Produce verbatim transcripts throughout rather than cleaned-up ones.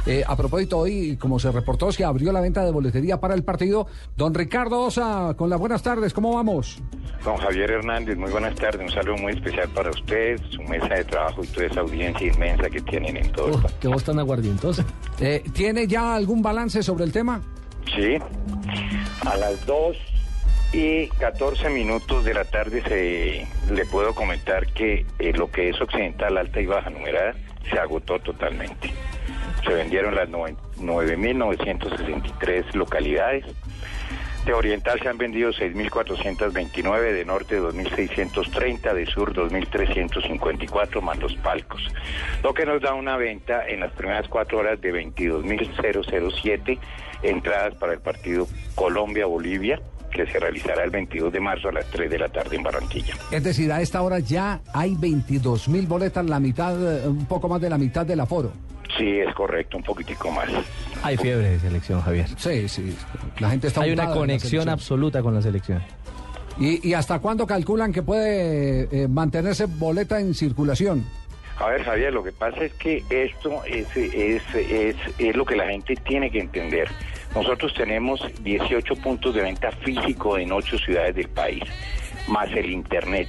Eh, a propósito, hoy, como se reportó, se abrió la venta de boletería para el partido. Don Ricardo Osa, con las buenas tardes, ¿cómo vamos? Don Javier Hernández, muy buenas tardes, un saludo muy especial para usted, su mesa de trabajo y toda esa audiencia inmensa que tienen en todo oh, el país. ¿Qué voz tan aguardientosa? Eh, ¿Tiene ya algún balance sobre el tema? Sí, a las dos y catorce minutos de la tarde se le puedo comentar que eh, lo que es occidental, alta y baja numerada se agotó totalmente. Se vendieron las nueve mil novecientas sesenta y tres localidades. De oriental se han vendido seis mil cuatrocientas veintinueve, de norte dos mil seiscientos treinta, de sur dos mil trescientos cincuenta y cuatro más los palcos. Lo que nos da una venta en las primeras cuatro horas de veintidós mil siete entradas para el partido Colombia-Bolivia, que se realizará el veintidós de marzo a las tres de la tarde en Barranquilla. Es decir, a esta hora ya hay veintidós mil boletas, la mitad, un poco más de la mitad del aforo. Sí, es correcto, un poquitico más. Hay fiebre de selección, Javier. Sí, sí, la gente está Hay una untada en la conexión selección. absoluta con la selección. ¿Y, y hasta cuándo calculan que puede eh, mantenerse boleta en circulación? A ver, Javier, lo que pasa es que esto es, es, es, es lo que la gente tiene que entender. Nosotros tenemos dieciocho puntos de venta físico en ocho ciudades del país, más el internet.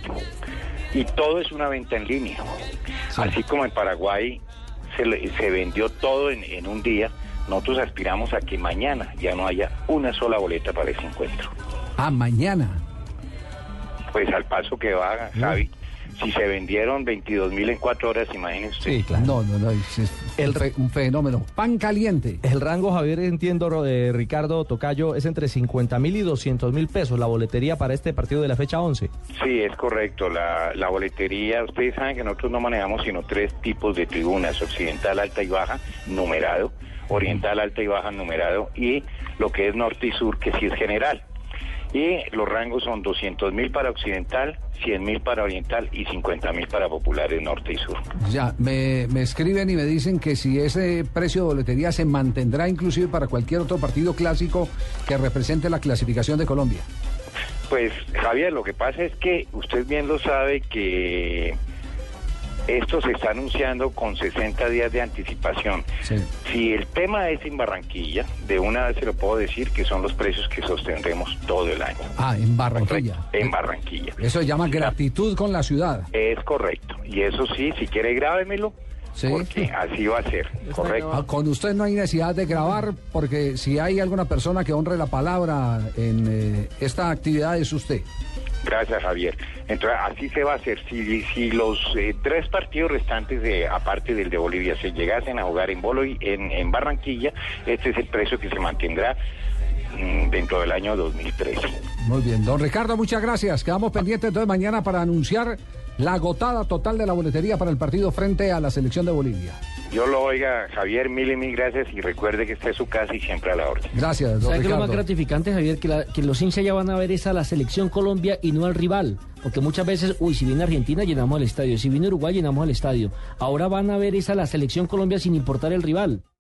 Y todo es una venta en línea. Sí. Así como en Paraguay se, se vendió todo en, en un día, nosotros aspiramos a que mañana ya no haya una sola boleta para ese encuentro. Ah, mañana. Pues al paso que va, Javi. Si se vendieron veintidós mil en cuatro horas, imagínense usted. Sí, claro. No, no, no, es, es el, un, fe, un fenómeno. Pan caliente. El rango, Javier, entiendo, de Ricardo Tocayo, es entre cincuenta mil y doscientos mil pesos la boletería para este partido de la fecha once. Sí, es correcto. La, la boletería, ustedes saben que nosotros no manejamos sino tres tipos de tribunas: occidental, alta y baja, numerado; oriental, alta y baja, numerado; y lo que es norte y sur, que sí es general. Y los rangos son doscientos mil para occidental, cien mil para oriental y cincuenta mil para populares norte y sur. Ya, me, me escriben y me dicen que si ese precio de boletería se mantendrá inclusive para cualquier otro partido clásico que represente la clasificación de Colombia. Pues, Javier, lo que pasa es que usted bien lo sabe que esto se está anunciando con sesenta días de anticipación. Sí. Si el tema es en Barranquilla, de una vez se lo puedo decir que son los precios que sostendremos todo el año. Ah, en Barranquilla. En Barranquilla. Eso se llama gratitud con la ciudad. Es correcto. Y eso sí, si quiere grábemelo. Sí. Porque así va a ser, correcto. Ah, con usted no hay necesidad de grabar, porque si hay alguna persona que honre la palabra en eh, esta actividad es usted. Gracias, Javier. Entonces, así se va a hacer. Si, si los eh, tres partidos restantes, de, aparte del de Bolivia, se llegasen a jugar en, Bolo y en, en Barranquilla, este es el precio que se mantendrá mmm, dentro del año dos mil trece. Muy bien. Don Ricardo, muchas gracias. Quedamos pendientes entonces mañana para anunciar la agotada total de la boletería para el partido frente a la selección de Bolivia. Yo lo oiga, Javier, mil y mil gracias, y recuerde que esté en su casa y siempre a la orden. Gracias, don ¿Sabe Ricardo? qué es lo más gratificante, Javier? Que, la, que los hinchas ya van a ver es a la selección Colombia y no al rival. Porque muchas veces, uy, si viene Argentina llenamos el estadio, si viene Uruguay llenamos el estadio. Ahora van a ver es a la selección Colombia sin importar el rival.